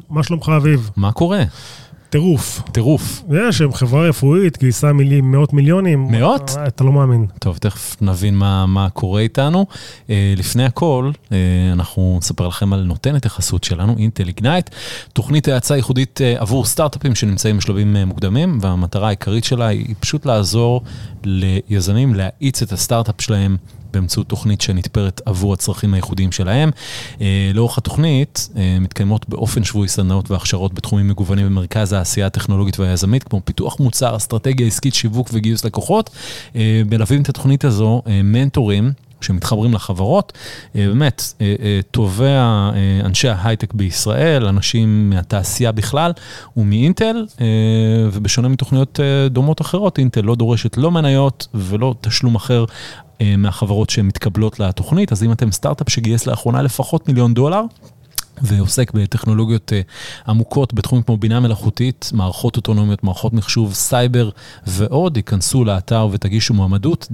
מה שלומך אביב? מה קורה? טירוף. יש, הם חברה רפואית, גייסה מאות מיליונים. מאות? אתה לא מאמין. טוב, תכף נבין מה קורה איתנו. לפני הכל, אנחנו נספר לכם על נותנת החסות שלנו, אינטל איגנייט, תוכנית האצה ייחודית עבור סטארט-אפים שנמצאים בשלבים מוקדמים, והמטרה העיקרית שלה היא פשוט לעזור ליזמים להאיץ את הסטארט-אפ שלהם, באמצעות תוכנית שנתפרת עבור הצרכים הייחודיים שלהם. לאורך התוכנית מתקיימות באופן שבועי סדנאות והכשרות בתחומים מגוונים במרכז העשייה הטכנולוגית והיזמית, כמו פיתוח מוצר, אסטרטגיה עסקית, שיווק וגיוס לקוחות. מלווים את התוכנית הזו מנטורים שמתחברים לחברות, באמת, טובי אנשי ההייטק בישראל, אנשים מהתעשייה בכלל, ומאינטל, ובשונה מתוכניות דומות אחרות, אינטל לא דורשת לא מניות ולא תשלום אחר מהחברות שמתקבלות לתוכנית. אז אם אתם סטארט-אפ שגייס לאחרונה לפחות $1 מיליון, ועוסק בטכנולוגיות עמוקות בתחומים כמו בינה מלאכותית, מערכות אוטונומיות, מערכות מחשוב, סייבר ועוד, ייכנסו לאתר ותגישו מועמדות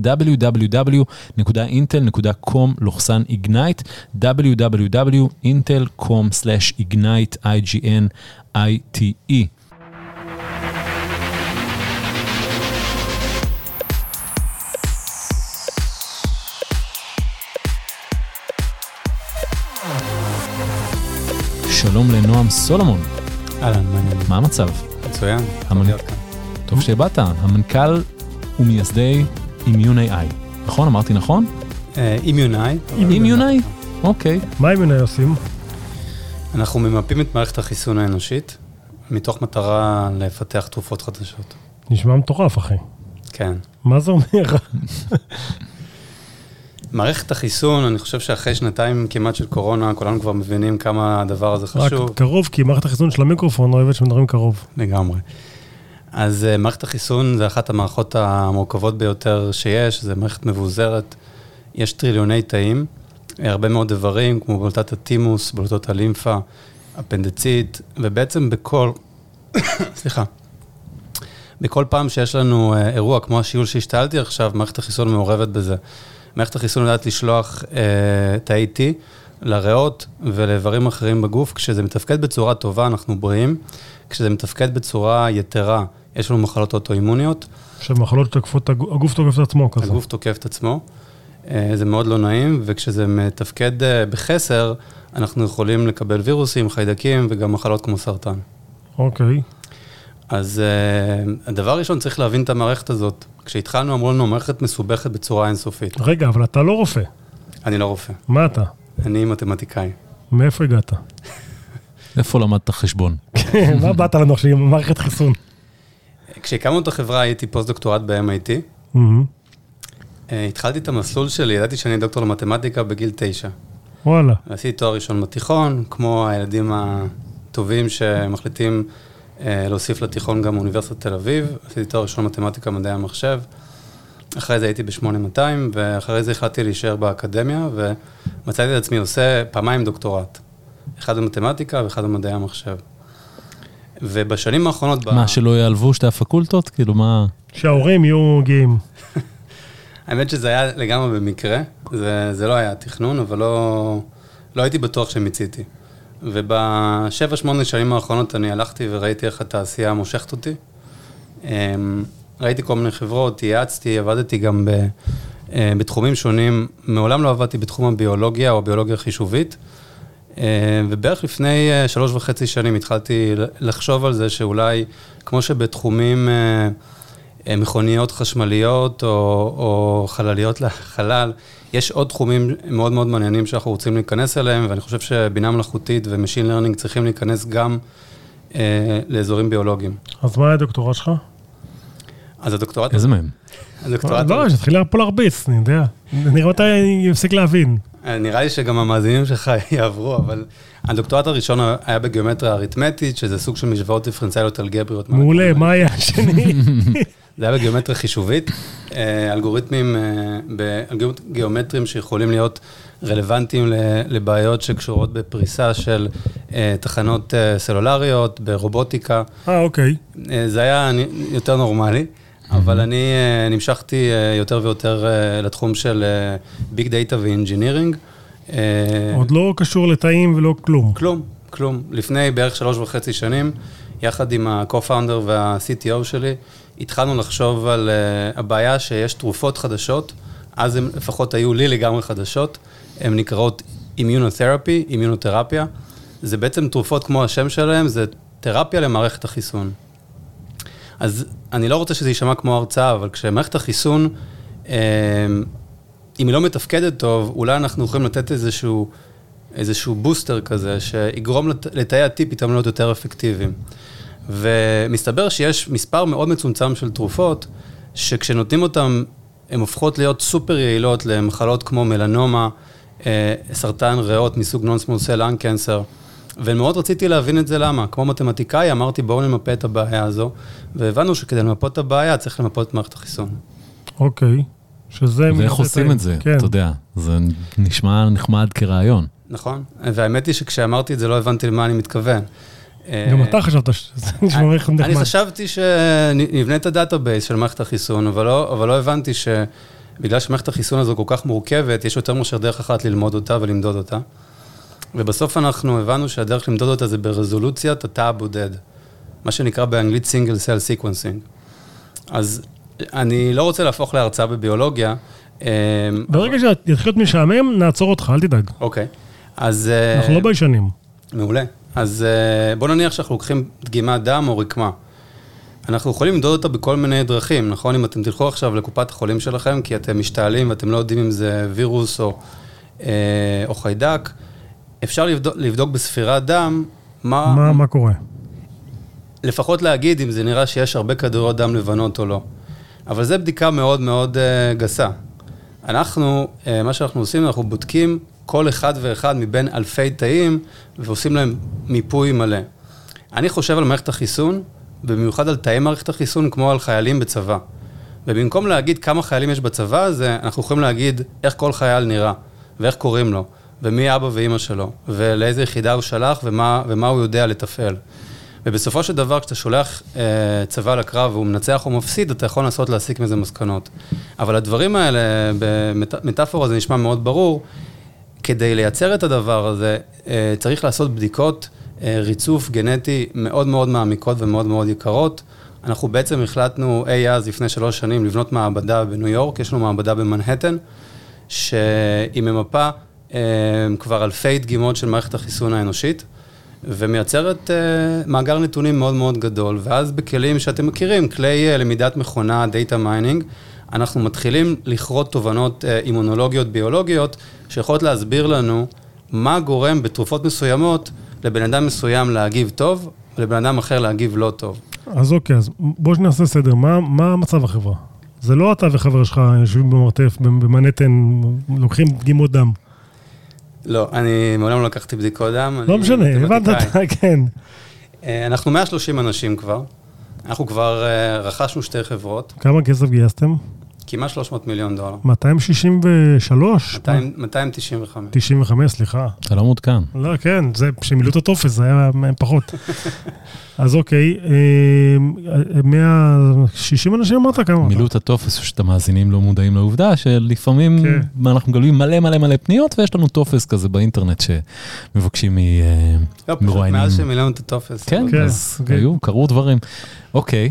www.intel.com/ignite www.intel.com/ignite IGNITE. שלום לנועם סולומון. אהלן, מעניין. מה המצב? מצוין, טוב שבאת, המנכ"ל ומייסדי Immune.ai. נכון? אמרתי נכון? Immune.ai. אוקיי. מה Immune.ai עושים? אנחנו ממפים את מערכת החיסון האנושית, מתוך מטרה לפתח תרופות חדשות. נשמע מטורף, אחי. כן. מה זה אומר? מערכת החיסון, אני חושב שאחרי שנתיים כמעט של קורונה, כולנו כבר מבינים כמה הדבר הזה חשוב. רק קרוב, כי מערכת החיסון של המיקרופון אוהבת שמדברים קרוב. לגמרי. אז מערכת החיסון זה אחת המערכות המורכבות ביותר שיש, זה מערכת מבוזרת, יש טריליוני תאים, הרבה מאוד דברים, כמו בלוטת הטימוס, בלוטות הלימפה, אפנדצית, ובעצם בכל פעם שיש לנו אירוע, כמו השיעול שהשתעלתי עכשיו, מערכת החיסון מעורבת בזה. מערכת החיסון יודעת לשלוח תאי T לריאות ולאיברים אחרים בגוף, כשזה מתפקד בצורה טובה, אנחנו בריאים, כשזה מתפקד בצורה יתרה, יש לנו מחלות אוטואימוניות. שמחלות תוקפות, הגוף תוקף את עצמו כזה. הגוף תוקף את עצמו, זה מאוד לא נעים, וכשזה מתפקד בחסר, אנחנו יכולים לקבל וירוסים, חיידקים וגם מחלות כמו סרטן. אוקיי. אז הדבר הראשון צריך להבין את המערכת הזאת. כשהתחלנו אמרו לנו, מערכת מסובכת בצורה אינסופית. רגע, אבל אתה לא רופא. אני לא רופא. מה אתה? אני מתמטיקאי. מאיפה הגעת? איפה למדת חשבון? מה באת לנו עכשיו עם מערכת חיסון? כשהקמנו את החברה, הייתי פוסט-דוקטורט ב-MIT. התחלתי את המסלול שלי, ידעתי שאני דוקטור למתמטיקה בגיל 9. וואלה. עשיתי תואר ראשון בתיכון, כמו הילדים הטובים שמחליטים להוסיף לתיכון גם אוניברסיטת תל אביב, עשיתי תואר ראשון מתמטיקה מדעי המחשב, אחרי זה הייתי ב-8200, ואחרי זה החלטתי להישאר באקדמיה, ומצאתי את עצמי עושה פעמיים דוקטורט, אחד במתמטיקה ואחד במדעי המחשב. ובשנים האחרונות... מה, שלא יעלבו שתי הפקולטות? כאילו מה... שההורים יהיו גאים. האמת שזה היה לגמרי במקרה, זה לא היה תכנון, אבל לא הייתי בטוח שמיציתי. וב7-8 שנים האחרונות אני הלכתי וראיתי איך התעשייה מושכת אותי. ראיתי כל מיני חברות, ייעצתי, עבדתי גם בתחומים שונים. מעולם לא עבדתי בתחום הביולוגיה או הביולוגיה חישובית. ובערך לפני 3.5 שנים התחלתי לחשוב על זה שאולי, כמו שבתחומים מכוניות חשמליות או חלליות לחלל, יש עוד תחומים מאוד מאוד מעניינים שאנחנו רוצים להיכנס אליהם, ואני חושב שבינה מלאכותית ומשין לרנינג צריכים להיכנס גם לאזורים ביולוגיים. אז מה הדוקטורט שלך? אז הדוקטורט... איזה מהם? לא, שתחיל פה להרביץ, אני יודע. נראה מתי אני אפסיק להבין. נראה לי שגם המאזינים שלך יעברו, אבל הדוקטורט הראשון היה בגיאומטריה אריתמטית, שזה סוג של משוואות דיפרנציאליות אלגבריות. מעולה, מה היה השני? זה היה בגיאומטריה חישובית, אלגוריתמים גיאומטריים שיכולים להיות רלוונטיים לבעיות שקשורות בפריסה של תחנות סלולריות, ברובוטיקה. אוקיי. זה היה יותר נורמלי, אבל אני נמשכתי יותר ויותר לתחום של ביג דאטה ואינג'ינירינג. עוד לא קשור לתאים ולא כלום. כלום. לפני בערך 3.5 שנים, יחד עם ה-co-founder וה-CTO שלי, התחלנו לחשוב על הבעיה שיש תרופות חדשות, אז הן לפחות היו לי לגמרי חדשות, הן נקראות אימיונותרפיה. זה בעצם תרופות כמו השם שלהם, זה תרפיה למערכת החיסון. אז אני לא רוצה שזה יישמע כמו הרצאה, אבל כשמערכת החיסון, אם היא לא מתפקדת טוב, אולי אנחנו יכולים לתת איזשהו בוסטר כזה, שיגרום לתאי הטי פתאום להיות יותר אפקטיביים. ומסתבר שיש מספר מאוד מצומצם של תרופות, שכשנותנים אותם, הן הופכות להיות סופר יעילות למחלות כמו מלנומה, סרטן ריאות מסוג non-small cell lung cancer, ומאוד רציתי להבין את זה למה. כמו מתמטיקאי, אמרתי בואו נמפה את הבעיה הזו, והבנו שכדי למפות את הבעיה, צריך למפות את מערכת החיסון. אוקיי, שזה... ואיך עושים את זה, אתה יודע, זה נשמע נחמד כרעיון. נכון, והאמת היא שכשאמרתי את זה לא הבנתי למה אני מתכוון. גם אתה חשבת שזה נשמע נחמד. אני חשבתי שנבנה את הדאטאבייס של מערכת החיסון, אבל לא הבנתי שבגלל שמערכת החיסון הזו כל כך מורכבת, יש יותר מאשר דרך אחת ללמוד אותה ולמדוד אותה. ובסוף אנחנו הבנו שהדרך למדוד אותה זה ברזולוציית התא הבודד, מה שנקרא באנגלית single cell sequencing. אז אני לא רוצה להפוך להרצאה בביולוגיה. ברגע שיתחיל להיות משעמם, נעצור אותך, אל תדאג. אוקיי. אז... אנחנו לא בישנים. מעולה. אז בוא נניח שאנחנו לוקחים דגימת דם או רקמה. אנחנו יכולים למדוד אותה בכל מיני דרכים, נכון? אם אתם תלכו עכשיו לקופת החולים שלכם, כי אתם משתעלים ואתם לא יודעים אם זה וירוס או חיידק, אפשר לבדוק בספירת דם מה קורה. לפחות להגיד אם זה נראה שיש הרבה כדוריות דם לבנות או לא. אבל זו בדיקה מאוד מאוד גסה. מה שאנחנו עושים, אנחנו בודקים כל אחד ואחד מבין אלפי תאים, ועושים להם מיפוי מלא. אני חושב על מערכת החיסון, ובמיוחד על תאי מערכת החיסון, כמו על חיילים בצבא. ובמקום להגיד כמה חיילים יש בצבא הזה, אנחנו יכולים להגיד איך כל חייל נראה, ואיך קוראים לו, ומי אבא ואמא שלו, ולאיזה יחידה הוא שלח, ומה הוא יודע לתפעל. ובסופו של דבר, כשאתה שולח צבא לקרב, והוא מנצח או מפסיד, אתה יכול לנסות להסיק מזה מסקנות. אבל הדברים האלה, במטאפורה זה נשמע מאוד ברור, כדי לייצר את הדבר הזה, צריך לעשות בדיקות ריצוף גנטי מאוד מאוד מעמיקות ומאוד מאוד יקרות. אנחנו בעצם החלטנו אז לפני 3 שנים לבנות מעבדה בניו יורק, יש לנו מעבדה במנהטן, שהיא ממפה כבר אלפי דגימות של מערכת החיסון האנושית, ומייצרת מאגר נתונים מאוד מאוד גדול, ואז בכלים שאתם מכירים, כלי למידת מכונה, דאטה מיינינג, אנחנו מתחילים לכרות תובנות אימונולוגיות, ביולוגיות, שיכולות להסביר לנו מה גורם בתרופות מסוימות לבן אדם מסוים להגיב טוב, ולבן אדם אחר להגיב לא טוב. אז אוקיי, אז בואו שנעשה סדר, מה מצב החברה? זה לא אתה וחבר שלך יושבים במרתף, במנהטן, לוקחים דגימות דם. לא, אני מעולם לא לקחתי בדיקות דם. לא משנה, הבנת אותה, כן. אנחנו 130 אנשים כבר. אנחנו כבר רכשנו 2 חברות. כמה כסף גייסתם? כמעט $300 מיליון. 263? 295. 95, סליחה. אתה לא מעודכן. לא, כן, זה שמילאו את הטופס, זה היה פחות. אז אוקיי, 160 אנשים אמרת כמה? מילאו את הטופס, שאתה מאזינים לא מודעים לעובדה, שלפעמים אנחנו גלויים מלא מלא מלא פניות, ויש לנו טופס כזה באינטרנט שמבקשים לא, פשוט מאז שמילאנו את הטופס. כן, אז קרו דברים. אוקיי.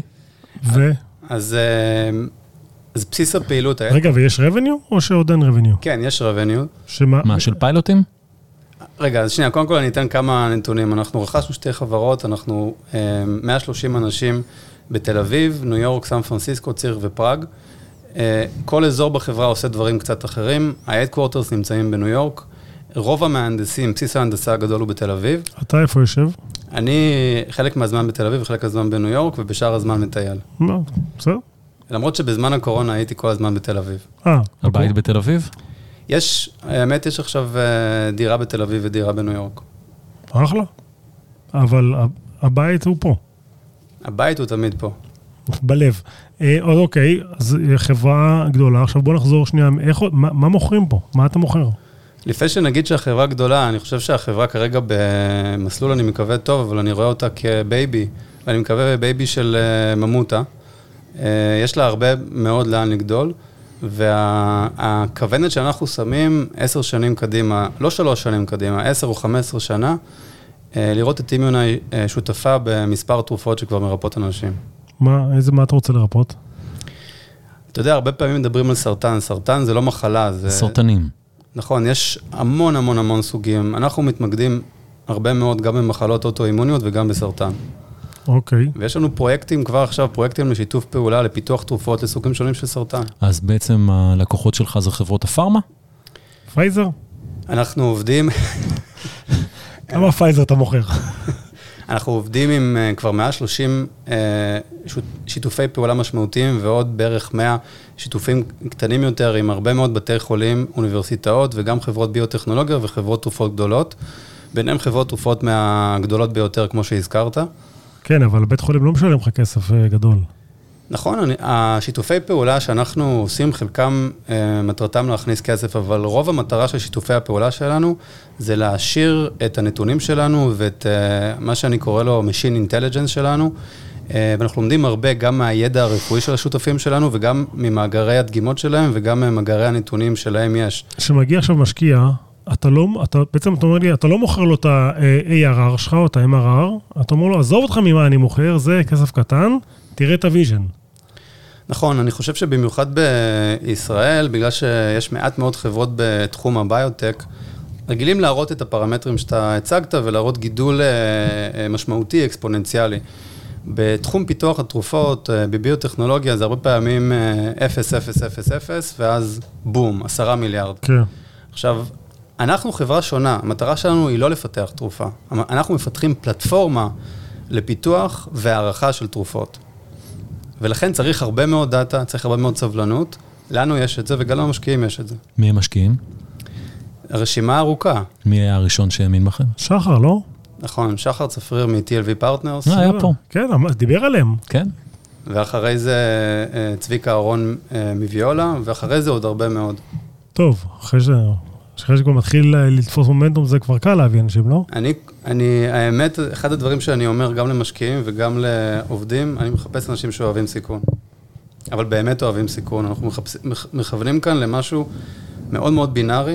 אז בסיס הפעילות... רגע, ויש revenue או שעוד אין revenue? כן, יש revenue. מה, של פיילוטים? רגע, אז שנייה, קודם כל אני אתן כמה נתונים. אנחנו רכשנו 2 חברות, אנחנו 130 אנשים בתל אביב, ניו יורק, סן פרנסיסקו, ציריך ופראג. כל אזור בחברה עושה דברים קצת אחרים. ה-headquarters נמצאים בניו יורק. רוב המהנדסים, בסיס ההנדסה הגדול הוא בתל אביב. אתה איפה יושב? אני חלק מהזמן בתל אביב וחלק מהזמן בניו יורק, ובשאר הזמן מטייל. לא, בסדר. למרות שבזמן הקורונה הייתי כל הזמן בתל אביב. הבית בתל אביב? האמת יש עכשיו דירה בתל אביב ודירה בניו יורק. אחלה. אבל הבית הוא פה. הבית הוא תמיד פה. בלב. אוקיי, אז חברה גדולה. עכשיו בוא נחזור שנייה. מה מוכרים פה? מה אתה מוכר? לפני שנגיד שהחברה גדולה, אני חושב שהחברה כרגע במסלול, אני מקווה טוב, אבל אני רואה אותה כבייבי, ואני מקווה בבייבי של ממוטה. יש לה הרבה מאוד לאן לגדול, והכוונת שאנחנו שמים 10 שנים קדימה, לא 3 שנים קדימה, 10 או 15 שנה, לראות את אימיונאי שותפה במספר תרופות שכבר מרפאות אנשים. מה אתה רוצה לרפות? אתה יודע, הרבה פעמים מדברים על סרטן. סרטן זה לא מחלה. סרטנים. נכון, יש המון המון המון סוגים. אנחנו מתמקדים הרבה מאוד גם במחלות אוטואימוניות וגם בסרטן. אוקיי. ויש לנו פרויקטים, כבר עכשיו פרויקטים לשיתוף פעולה, לפיתוח תרופות לסוגים שונים של סרטן. אז בעצם הלקוחות שלך זה חברות הפארמה? פייזר? אנחנו עובדים... כמה פייזר אתה מוכר? אנחנו עובדים עם כבר 130 שיתופי פעולה משמעותיים, ועוד בערך 100 שיתופים קטנים יותר, עם הרבה מאוד בתי חולים, אוניברסיטאות, וגם חברות ביוטכנולוגיה וחברות תרופות גדולות. ביניהם חברות תרופות מהגדולות ביותר, כמו שהזכרת. כן, אבל בית חולים לא משלם לך כסף גדול. נכון, השיתופי פעולה שאנחנו עושים, חלקם מטרתם להכניס כסף, אבל רוב המטרה של שיתופי הפעולה שלנו, זה להשאיר את הנתונים שלנו, ואת מה שאני קורא לו Machine Intelligence שלנו, ואנחנו לומדים הרבה גם מהידע הרפואי של השותפים שלנו, וגם ממאגרי הדגימות שלהם, וגם ממאגרי הנתונים שלהם יש. כשמגיע עכשיו משקיע, בעצם אתה אומר לי, אתה לא מוכר לו את ה-ARR שלך, או את ה-MRR, אתה אומר לו, עזוב אותך ממה אני מוכר, זה כסף קטן, תראה את הוויז'ן. נכון, אני חושב שבמיוחד בישראל, בגלל שיש מעט מאוד חברות בתחום הביוטק, רגילים להראות את הפרמטרים שאתה הצגת, ולהראות גידול משמעותי, אקספוננציאלי. בתחום פיתוח התרופות, בביוטכנולוגיה, זה הרבה פעמים 0, 0, 0, 0, ואז בום, 10 מיליארד. כן. עכשיו, אנחנו חברה שונה, המטרה שלנו היא לא לפתח תרופה. אנחנו מפתחים פלטפורמה לפיתוח והערכה של תרופות. ולכן צריך הרבה מאוד דאטה, צריך הרבה מאוד סבלנות. לנו יש את זה, וגם למשקיעים יש את זה. מי הם משקיעים? הרשימה ארוכה. מי היה הראשון שהאמין בכם? שחר, לא? נכון, שחר צפריר מ-TLV Partners. היה פה. כן, דיבר עליהם. כן. ואחרי זה צביקה אהרון מוויולה, ואחרי זה עוד הרבה מאוד. טוב, אחרי שכבר מתחיל לתפוס מומנטום, זה כבר קל להביא אנשים, לא? האמת, אחד הדברים שאני אומר גם למשקיעים וגם לעובדים, אני מחפש אנשים שאוהבים סיכון. אבל באמת אוהבים סיכון. אנחנו מכוונים כאן למשהו מאוד מאוד בינארי.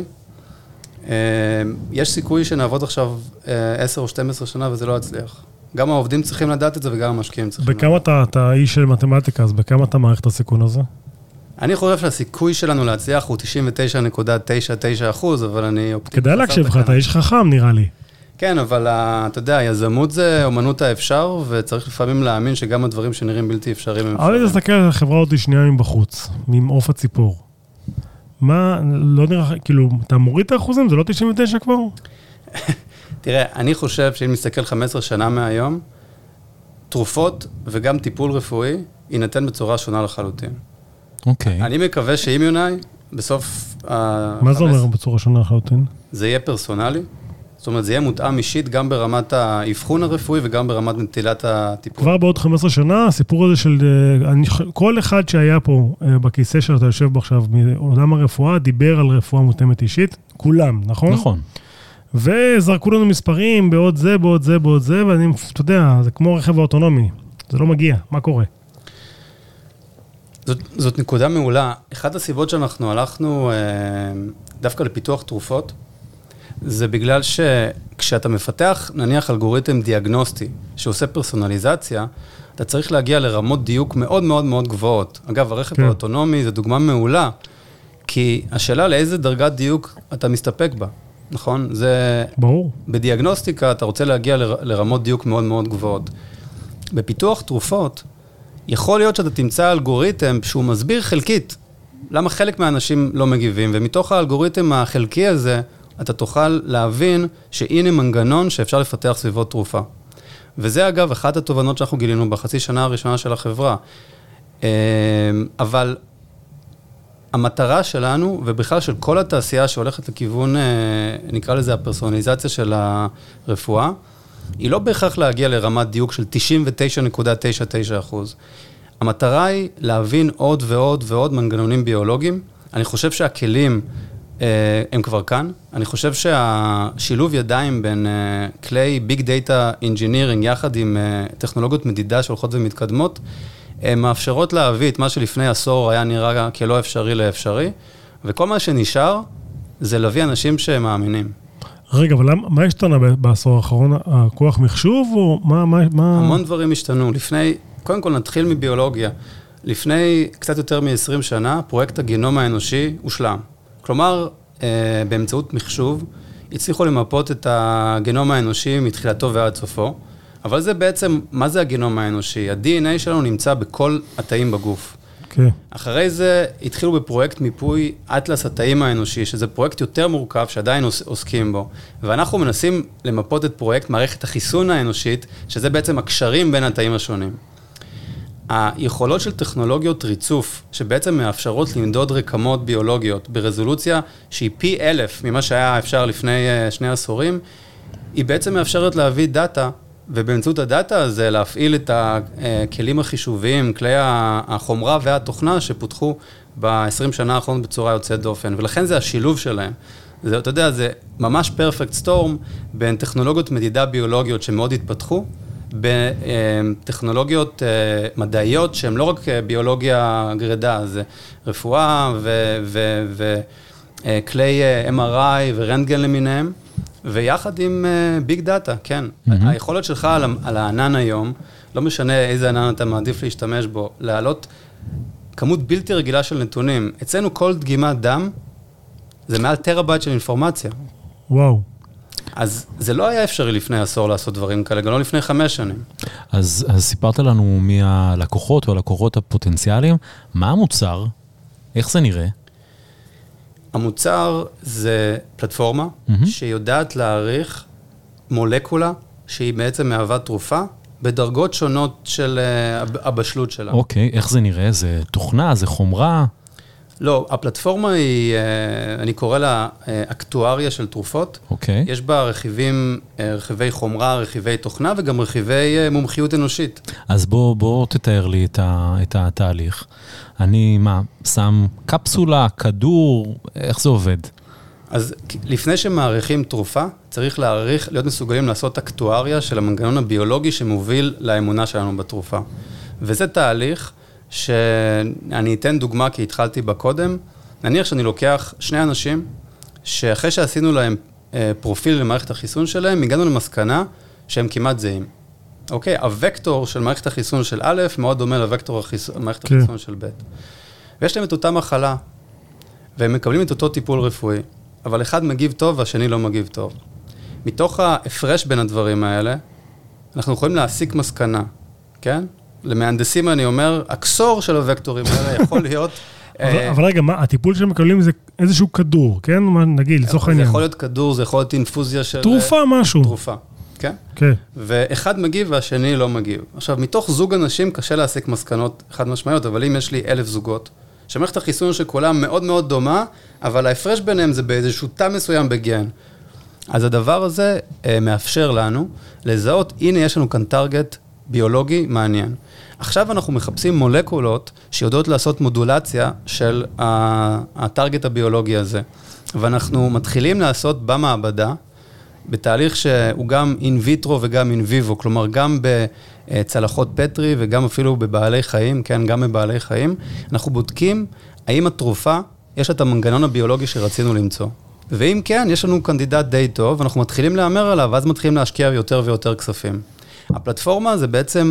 יש סיכוי שנעבוד עכשיו 10 או 12 שנה וזה לא יצליח. גם העובדים צריכים לדעת את זה וגם המשקיעים צריכים לדעת. בכמה אתה איש של מתמטיקה, אז בכמה אתה מעריך את הסיכון הזה? אני חושב שהסיכוי שלנו להצליח הוא 99.99%, אבל אני אופטימי. כדאי להקשיב לך, אתה איש חכם נראה לי. כן, אבל אתה יודע, יזמות זה אומנות האפשר, וצריך לפעמים להאמין שגם הדברים שנראים בלתי אפשריים הם אפשריים. אבל תסתכל על החברה עוד שנייה מבחוץ, ממעוף הציפור. מה, לא נראה, כאילו, אתה מוריד את האחוזים? זה לא 99 כבר? תראה, אני חושב שאם נסתכל 15 שנה מהיום, תרופות וגם טיפול רפואי יינתן בצורה שונה לחלוטין. אוקיי. אני מקווה שאימיונאי, בסוף... מה זה אומר בצורה שונה לחלוטין? זה יהיה פרסונלי. זאת אומרת, זה יהיה מותאם אישית גם ברמת האבחון הרפואי וגם ברמת נטילת הטיפול. כבר בעוד 15 שנה, הסיפור הזה של... כל אחד שהיה פה בכיסא שאתה יושב בו עכשיו, מעולם הרפואה, דיבר על רפואה מותאמת אישית, כולם, נכון? נכון. וזרקו לנו מספרים בעוד זה, בעוד זה, בעוד זה, ואני, אתה יודע, זה כמו רכב האוטונומי. זה לא מגיע, מה קורה? זאת נקודה מעולה. אחת הסיבות שאנחנו הלכנו דווקא לפיתוח תרופות, זה בגלל שכשאתה מפתח, נניח, אלגוריתם דיאגנוסטי, שעושה פרסונליזציה, אתה צריך להגיע לרמות דיוק מאוד מאוד מאוד גבוהות. אגב, הרכב האוטונומי זה דוגמה מעולה, כי השאלה לאיזה דרגת דיוק אתה מסתפק בה, נכון? זה... ברור. בדיאגנוסטיקה אתה רוצה להגיע לרמות דיוק מאוד מאוד גבוהות. בפיתוח תרופות, יכול להיות שאתה תמצא אלגוריתם שהוא מסביר חלקית, למה חלק מהאנשים לא מגיבים, ומתוך האלגוריתם החלקי הזה, אתה תוכל להבין שהנה מנגנון שאפשר לפתח סביבו תרופה. וזה אגב אחת התובנות שאנחנו גילינו בחצי שנה הראשונה של החברה. אבל המטרה שלנו, ובכלל של כל התעשייה שהולכת לכיוון, נקרא לזה הפרסונליזציה של הרפואה, היא לא בהכרח להגיע לרמת דיוק של 99.99%. המטרה היא להבין עוד ועוד ועוד מנגנונים ביולוגיים. אני חושב שהכלים הם כבר כאן. אני חושב שהשילוב ידיים בין כלי ביג דאטה אינג'ינירינג יחד עם טכנולוגיות מדידה שהולכות ומתקדמות, מאפשרות להביא את מה שלפני עשור היה נראה כלא אפשרי לאפשרי, וכל מה שנשאר זה להביא אנשים שמאמינים. רגע, אבל מה השתנה בעשור האחרון? הכוח מחשוב או מה? המון דברים השתנו. קודם כל נתחיל מביולוגיה. לפני קצת יותר מ-20 שנה, פרויקט הגנום האנושי הושלם. כלומר, באמצעות מחשוב, הצליחו למפות את הגנום האנושי מתחילתו ועד סופו, אבל זה בעצם, מה זה הגנום האנושי? ה-DNA שלנו נמצא בכל התאים בגוף. Okay. אחרי זה התחילו בפרויקט מיפוי אטלס התאים האנושי, שזה פרויקט יותר מורכב שעדיין עוסקים בו, ואנחנו מנסים למפות את פרויקט מערכת החיסון האנושית, שזה בעצם הקשרים בין התאים השונים. היכולות של טכנולוגיות ריצוף, שבעצם מאפשרות למדוד רקמות ביולוגיות ברזולוציה שהיא פי 1000 ממה שהיה אפשר לפני 2 עשורים, היא בעצם מאפשרת להביא דאטה, ובאמצעות הדאטה הזה להפעיל את הכלים החישוביים, כלי החומרה והתוכנה שפותחו ב-20 שנה האחרונות בצורה יוצאת דופן, ולכן זה השילוב שלהם. אתה יודע, זה ממש פרפקט סטורם בין טכנולוגיות מדידה ביולוגיות שמאוד התפתחו, בטכנולוגיות מדעיות שהן לא רק ביולוגיה גרידה, זה רפואה וכלי MRI ורנטגן למיניהם, ויחד עם ביג דאטה, כן. היכולת שלך על הענן היום, לא משנה איזה ענן אתה מעדיף להשתמש בו, להעלות כמות בלתי רגילה של נתונים. אצלנו כל דגימת דם, זה מעל טראבייט של אינפורמציה. וואו. אז זה לא היה אפשרי לפני עשור לעשות דברים כאלה, גם לא לפני 5 שנים. אז סיפרת לנו מי הלקוחות או הלקוחות הפוטנציאליים, מה המוצר? איך זה נראה? המוצר זה פלטפורמה שיודעת להעריך מולקולה שהיא בעצם מהווה תרופה, בדרגות שונות של הבשלות שלה. אוקיי, איך זה נראה? זה תוכנה, זה חומרה? לא, הפלטפורמה היא, אני קורא לה אקטואריה של תרופות. אוקיי. יש בה רכיבי חומרה, רכיבי תוכנה וגם רכיבי מומחיות אנושית. אז בוא תתאר לי את התהליך. אני שם קפסולה, כדור, איך זה עובד? אז לפני שמעריכים תרופה, צריך להיות מסוגלים לעשות אקטואריה של המנגנון הביולוגי שמוביל לאמונה שלנו בתרופה. וזה תהליך שאני אתן דוגמה כי התחלתי בקודם, נניח שאני לוקח 2 אנשים, שאחרי שעשינו להם פרופיל למערכת החיסון שלהם, הגענו למסקנה שהם כמעט זהים. אוקיי, הוקטור של מערכת החיסון של א' מאוד דומה לוקטור מערכת החיסון של ב'. ויש להם את אותה מחלה, והם מקבלים את אותו טיפול רפואי, אבל אחד מגיב טוב והשני לא מגיב טוב. מתוך ההפרש בין הדברים האלה, אנחנו יכולים להסיק מסקנה, כן? למהנדסים אני אומר, הקסור של הוקטורים האלה יכול להיות... אבל רגע, הטיפול שהם מקבלים זה איזשהו כדור, כן? נגיד, לצורך העניין. זה יכול להיות כדור, זה יכול להיות אינפוזיה של... תרופה משהו. תרופה, כן? כן. ואחד מגיב והשני לא מגיב. עכשיו, מתוך זוג אנשים קשה להסיק מסקנות חד משמעיות, אבל אם יש לי 1,000 זוגות, שמערכת החיסון של כולם מאוד מאוד דומה, אבל ההפרש ביניהם זה באיזשהו תא מסוים בגן. אז הדבר הזה מאפשר לנו לזהות, הנה יש לנו כאן טרגט ביולוגי מעניין. עכשיו אנחנו מחפשים מולקולות שיודעות לעשות מודולציה של הטרגט הביולוגי הזה. ואנחנו מתחילים לעשות במעבדה, בתהליך שהוא גם אין ויטרו וגם אין ויבו, כלומר גם בצלחות פטרי וגם אפילו בבעלי חיים, כן, גם בבעלי חיים. אנחנו בודקים האם התרופה, יש את המנגנון הביולוגי שרצינו למצוא. ואם כן, יש לנו קנדידט די טוב, ואנחנו מתחילים לאמר עליו, ואז מתחילים להשקיע יותר ויותר כספים. הפלטפורמה זה בעצם,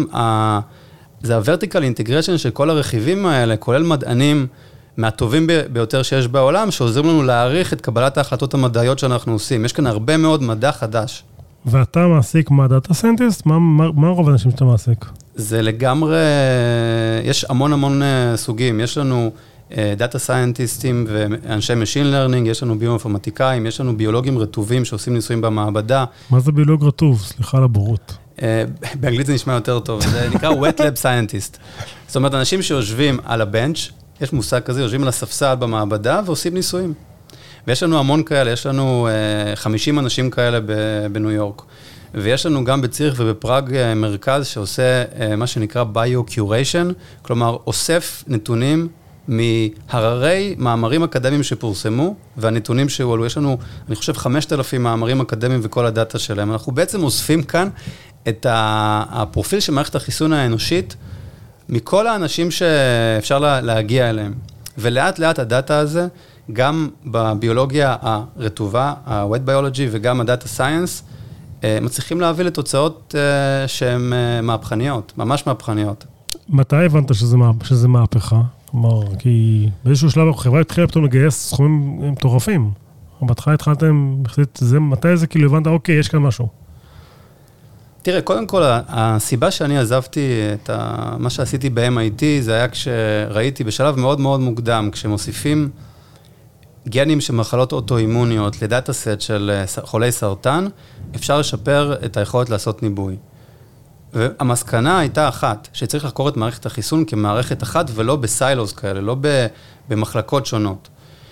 זה ה-vertical integration של כל הרכיבים האלה, כולל מדענים מהטובים ביותר שיש בעולם, שעוזרים לנו להעריך את קבלת ההחלטות המדעיות שאנחנו עושים. יש כאן הרבה מאוד מדע חדש. ואתה מעסיק מה דאטה סיינטיסט? מה רוב האנשים שאתה מעסיק? זה לגמרי, יש המון סוגים. יש לנו דאטה סיינטיסטים ואנשי משין לרנינג, יש לנו ביומפורמטיקאים, יש לנו ביולוגים רטובים שעושים ניסויים במעבדה. מה זה ביולוג רטוב? סליחה על הבורות. באנגלית זה נשמע יותר טוב, זה נקרא wet lab scientist. זאת אומרת, אנשים שיושבים על הבנץ', יש מושג כזה, יושבים על הספסל במעבדה ועושים ניסויים. ויש לנו המון כאלה, יש לנו 50 אנשים כאלה בניו יורק. ויש לנו גם בציריך ובפראג מרכז שעושה מה שנקרא bio-curation, כלומר, אוסף נתונים מהררי מאמרים אקדמיים שפורסמו, והנתונים שהועלו, יש לנו, אני חושב, 5,000 מאמרים אקדמיים וכל הדאטה שלהם. אנחנו בעצם אוספים כאן את הפרופיל של מערכת החיסון האנושית, מכל האנשים שאפשר להגיע אליהם. ולאט לאט הדאטה הזה גם בביולוגיה הרטובה, ה-wet biology וגם ה-data science, מצליחים להביא לתוצאות שהן מהפכניות, ממש מהפכניות. מתי הבנת שזה מהפכה? כלומר, כי באיזשהו שלב החברה התחילה פתאום לגייס סכומים מטורפים. בהתחלה התחלתם, מתי זה כאילו הבנת, אוקיי, יש כאן משהו? תראה, קודם כל, הסיבה שאני עזבתי את מה שעשיתי ב-MIT, זה היה כשראיתי בשלב מאוד מאוד מוקדם, כשמוסיפים גנים של מחלות אוטואימוניות לדאטה סט של חולי סרטן, אפשר לשפר את היכולת לעשות ניבוי. והמסקנה הייתה אחת, שצריך לחקור את מערכת החיסון כמערכת אחת, ולא בסיילוס כאלה, לא במחלקות שונות.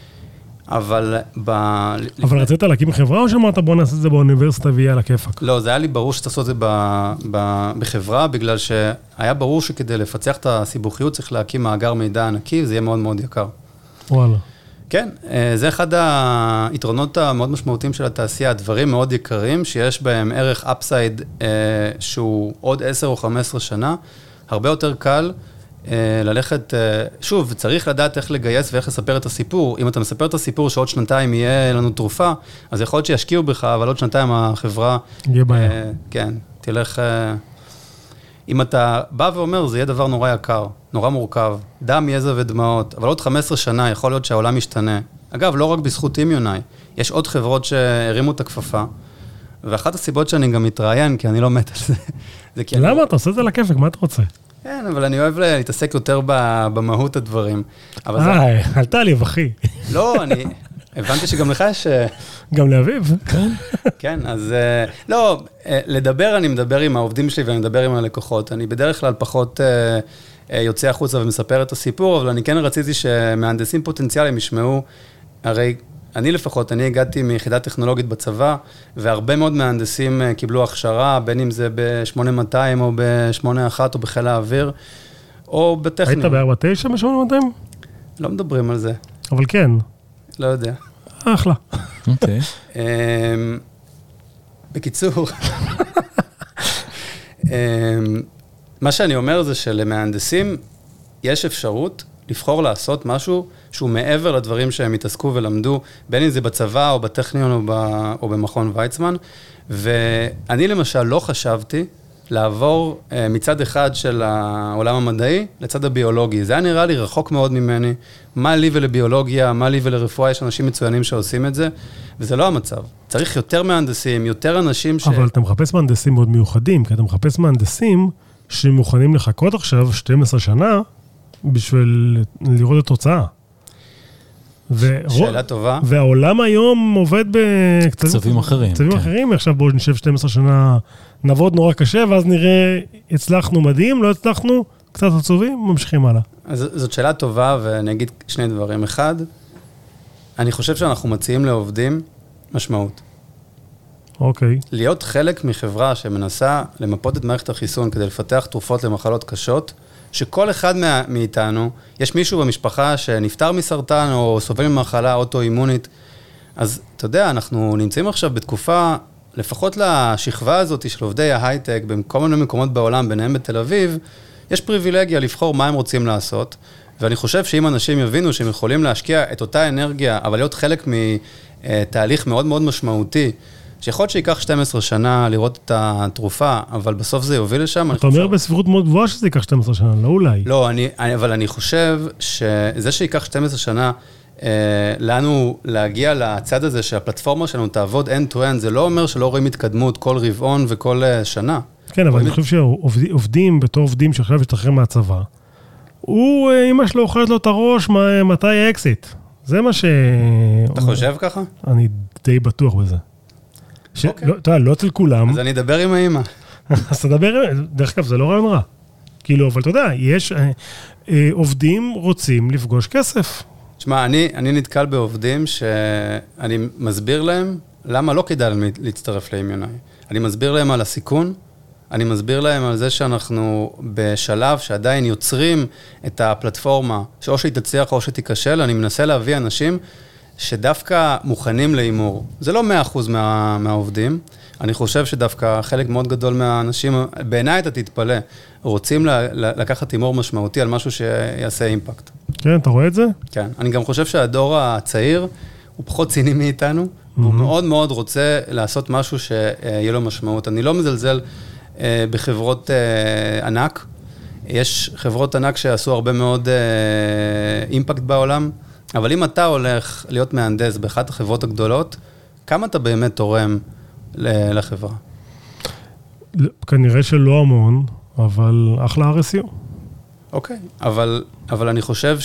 אבל רצית להקים חברה או שאמרת בוא נעשה את זה באוניברסיטה ויהיה על הכיפק? לא, זה היה לי ברור שתעשו את זה בחברה, בגלל שהיה ברור שכדי לפצח את הסיבוכיות צריך להקים מאגר מידע ענקי, וזה יהיה מאוד מאוד יקר. וואלה. כן, זה אחד היתרונות המאוד משמעותיים של התעשייה, דברים מאוד יקרים, שיש בהם ערך אפסייד שהוא עוד 10 או 15 שנה, הרבה יותר קל ללכת, שוב, צריך לדעת איך לגייס ואיך לספר את הסיפור. אם אתה מספר את הסיפור שעוד שנתיים יהיה לנו תרופה, אז יכול להיות שישקיעו בך, אבל עוד שנתיים החברה... יהיה בעיה. כן, תלך... אם אתה בא ואומר, זה יהיה דבר נורא יקר, נורא מורכב, דם, יזע ודמעות, אבל עוד 15 שנה יכול להיות שהעולם משתנה. אגב, לא רק בזכות אימיוני, יש עוד חברות שהרימו את הכפפה, ואחת הסיבות שאני גם מתראיין, כי אני לא מת על זה. למה? אתה עושה את זה לכיפק, מה אתה רוצה? כן, אבל אני אוהב להתעסק יותר במהות הדברים. עלתה לי, אחי. לא, אני הבנתי שגם לך יש... גם לאביב. כן, אז... לא, לדבר, אני מדבר עם העובדים שלי ואני מדבר עם הלקוחות. אני בדרך כלל פחות יוצא החוצה ומספר את הסיפור, אבל אני כן רציתי שמהנדסים פוטנציאליים ישמעו, הרי אני לפחות, אני הגעתי מיחידה טכנולוגית בצבא, והרבה מאוד מהנדסים קיבלו הכשרה, בין אם זה ב-8200 או ב-81 או בחיל האוויר, או בטכניון. היית ב-49 ב-8200? לא מדברים על זה. אבל כן. לא יודע. אחלה. אוקיי. בקיצור, מה שאני אומר זה שלמהנדסים יש אפשרות לבחור לעשות משהו שהוא מעבר לדברים שהם התעסקו ולמדו, בין אם זה בצבא או בטכניון או במכון ויצמן, ואני למשל לא חשבתי לעבור מצד אחד של העולם המדעי לצד הביולוגי. זה היה נראה לי רחוק מאוד ממני, מה לי ולביולוגיה, מה לי ולרפואה, יש אנשים מצוינים שעושים את זה, וזה לא המצב. צריך יותר מהנדסים, יותר אנשים אבל אתה מחפש מהנדסים מאוד מיוחדים, כי אתה מחפש מהנדסים שמוכנים לחכות עכשיו 12 שנה, בשביל לראות את התוצאה. שאלה טובה. והעולם היום עובד בקצבים אחרים. קצבים אחרים, עכשיו בואו נשב 12 שנה, נעבוד נורא קשה, ואז נראה, הצלחנו מדהים, לא הצלחנו, קצת עצובים, ממשיכים הלאה. אז זאת שאלה טובה, ואני אגיד שני דברים. אחד, אני חושב שאנחנו מציעים לעובדים משמעות. אוקיי. להיות חלק מחברה שמנסה למפות את מערכת החיסון כדי לפתח תרופות למחלות קשות, שכל אחד מאיתנו, יש מישהו במשפחה שנפטר מסרטן או סובל ממחלה אוטואימונית, אז אתה יודע, אנחנו נמצאים עכשיו בתקופה, לפחות לשכבה הזאת של עובדי ההייטק, בכל מיני מקומות בעולם, ביניהם בתל אביב, יש פריבילגיה לבחור מה הם רוצים לעשות, ואני חושב שאם אנשים יבינו שהם יכולים להשקיע את אותה אנרגיה, אבל להיות חלק מתהליך מאוד מאוד משמעותי, שיכול להיות שיקח 12 שנה לראות את התרופה, אבל בסוף זה יוביל לשם. אתה אומר בסבירות מאוד גבוהה שזה ייקח 12 שנה, לא אולי. לא, אבל אני חושב שזה שיקח 12 שנה, לנו להגיע לצד הזה שהפלטפורמה שלנו תעבוד end-to-end, זה לא אומר שלא רואים התקדמות כל רבעון וכל שנה. כן, אבל אני חושב שעובדים בתור עובדים שעכשיו ישתחרר מהצבא, אמא שלו אוכלת לו את הראש, מתי האקסיט? זה מה ש... אתה חושב ככה? אני די בטוח בזה. אתה יודע, לא אצל כולם. אז אני אדבר עם האמא. אז תדבר, דרך כלל זה לא רעיון רע. כאילו, אבל אתה יודע, יש עובדים רוצים לפגוש כסף. תשמע, אני נתקל בעובדים שאני מסביר להם למה לא כדאי להצטרף לאימיוני. אני מסביר להם על הסיכון, אני מסביר להם על זה שאנחנו בשלב שעדיין יוצרים את הפלטפורמה, שאו שהיא תצליח או שתיכשל, אני מנסה להביא אנשים שדווקא מוכנים לאימור. זה לא 100% מהעובדים, אני חושב שדווקא חלק מאוד גדול מהאנשים, בעיניי אתה תתפלא, רוצים לקחת אימור משמעותי על משהו שיעשה אימפקט. כן, אתה רואה את זה? כן, אני גם חושב שהדור הצעיר הוא פחות ציני מאיתנו, והוא מאוד מאוד רוצה לעשות משהו שיהיה לו משמעות. אני לא מזלזל בחברות ענק, יש חברות ענק שעשו הרבה מאוד אימפקט בעולם, אבל אם אתה הולך להיות מהנדס באחת החברות הגדולות, כמה אתה באמת תורם לחברה? כנראה שלא המון, אבל אחלה RSU. אוקיי, אבל אני חושב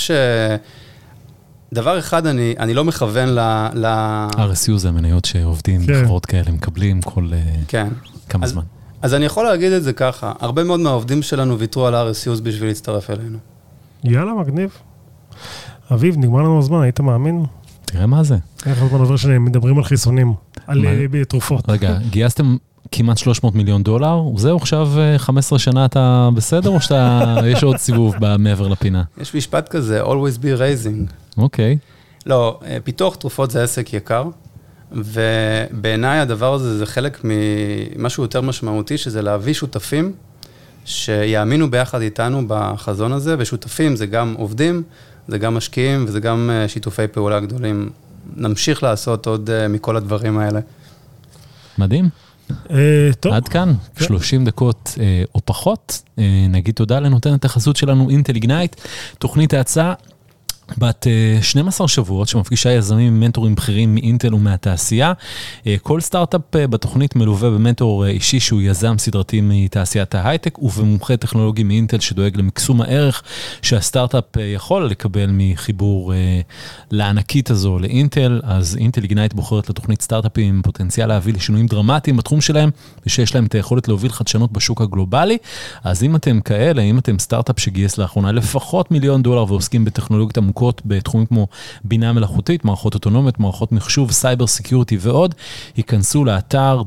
דבר אחד, אני לא מכוון RSU זה המניות שעובדים בחברות כאלה, מקבלים כל כמה זמן. אז אני יכול להגיד את זה ככה, הרבה מאוד מהעובדים שלנו ויתרו על RSUs בשביל להצטרף אלינו. יאללה, מגניב. אביב, נגמר לנו הזמן, היית מאמין? תראה מה זה. איך הזמן עובר שמדברים על חיסונים, על תרופות. רגע, גייסתם כמעט $300 מיליון, זהו עכשיו 15 שנה אתה בסדר, או שיש עוד סיבוב מעבר לפינה? יש משפט כזה, always be raising. אוקיי. לא, פיתוח תרופות זה עסק יקר, ובעיניי הדבר הזה זה חלק ממשהו יותר משמעותי, שזה להביא שותפים שיאמינו ביחד איתנו בחזון הזה, ושותפים זה גם עובדים, זה גם משקיעים, וזה גם שיתופי פעולה גדולים. נמשיך לעשות עוד מכל הדברים האלה. מדהים. טוב. עד כאן, 30 דקות או פחות. נגיד תודה לנותנת החסות שלנו, אינטל איגנייט, תוכנית ההצעה בת 12 שבועות שמפגישה יזמים ומנטורים בכירים מאינטל ומהתעשייה. כל סטארט-אפ בתוכנית מלווה במנטור אישי שהוא יזם סדרתי מתעשיית ההייטק ובמומחה טכנולוגי מאינטל שדואג למקסום הערך שהסטארט-אפ יכול לקבל מחיבור לענקית הזו לאינטל. אז אינטל איגנייט בוחרת לתוכנית סטארט-אפים עם פוטנציאל להביא לשינויים דרמטיים בתחום שלהם ושיש להם את היכולת להוביל חדשנות בשוק הגלובלי. אז אם אתם כאלה, אם אתם סטארט-אפ שגייס לאחרונה לפחות $1 מיליון ועוסקים בטכנולוגיות עמוקות בתחומים כמו בינה מלאכותית, מערכות אוטונומיות, מערכות מחשוב, סייבר סקיוריטי ועוד, היכנסו לאתר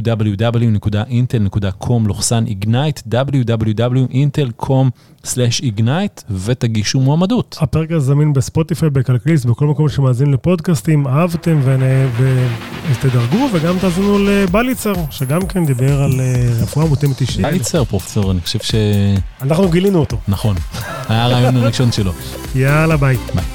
www.intel.com/ignite, www.intel.com/ignite ותגישו מועמדות. הפרק הזה זמין בספוטיפיי, בקלקליסט, בכל מקום שמאזין לפודקאסטים, אהבתם ותדרגו, וגם תאזינו לבליצר, שגם כן דיבר על רפואה מותאמת אישית. בליצר, פרופסור, אני חושב אנחנו גילינו אותו. נכון, היה הרעיון הראשון שלו. יאללה, ביי. ביי.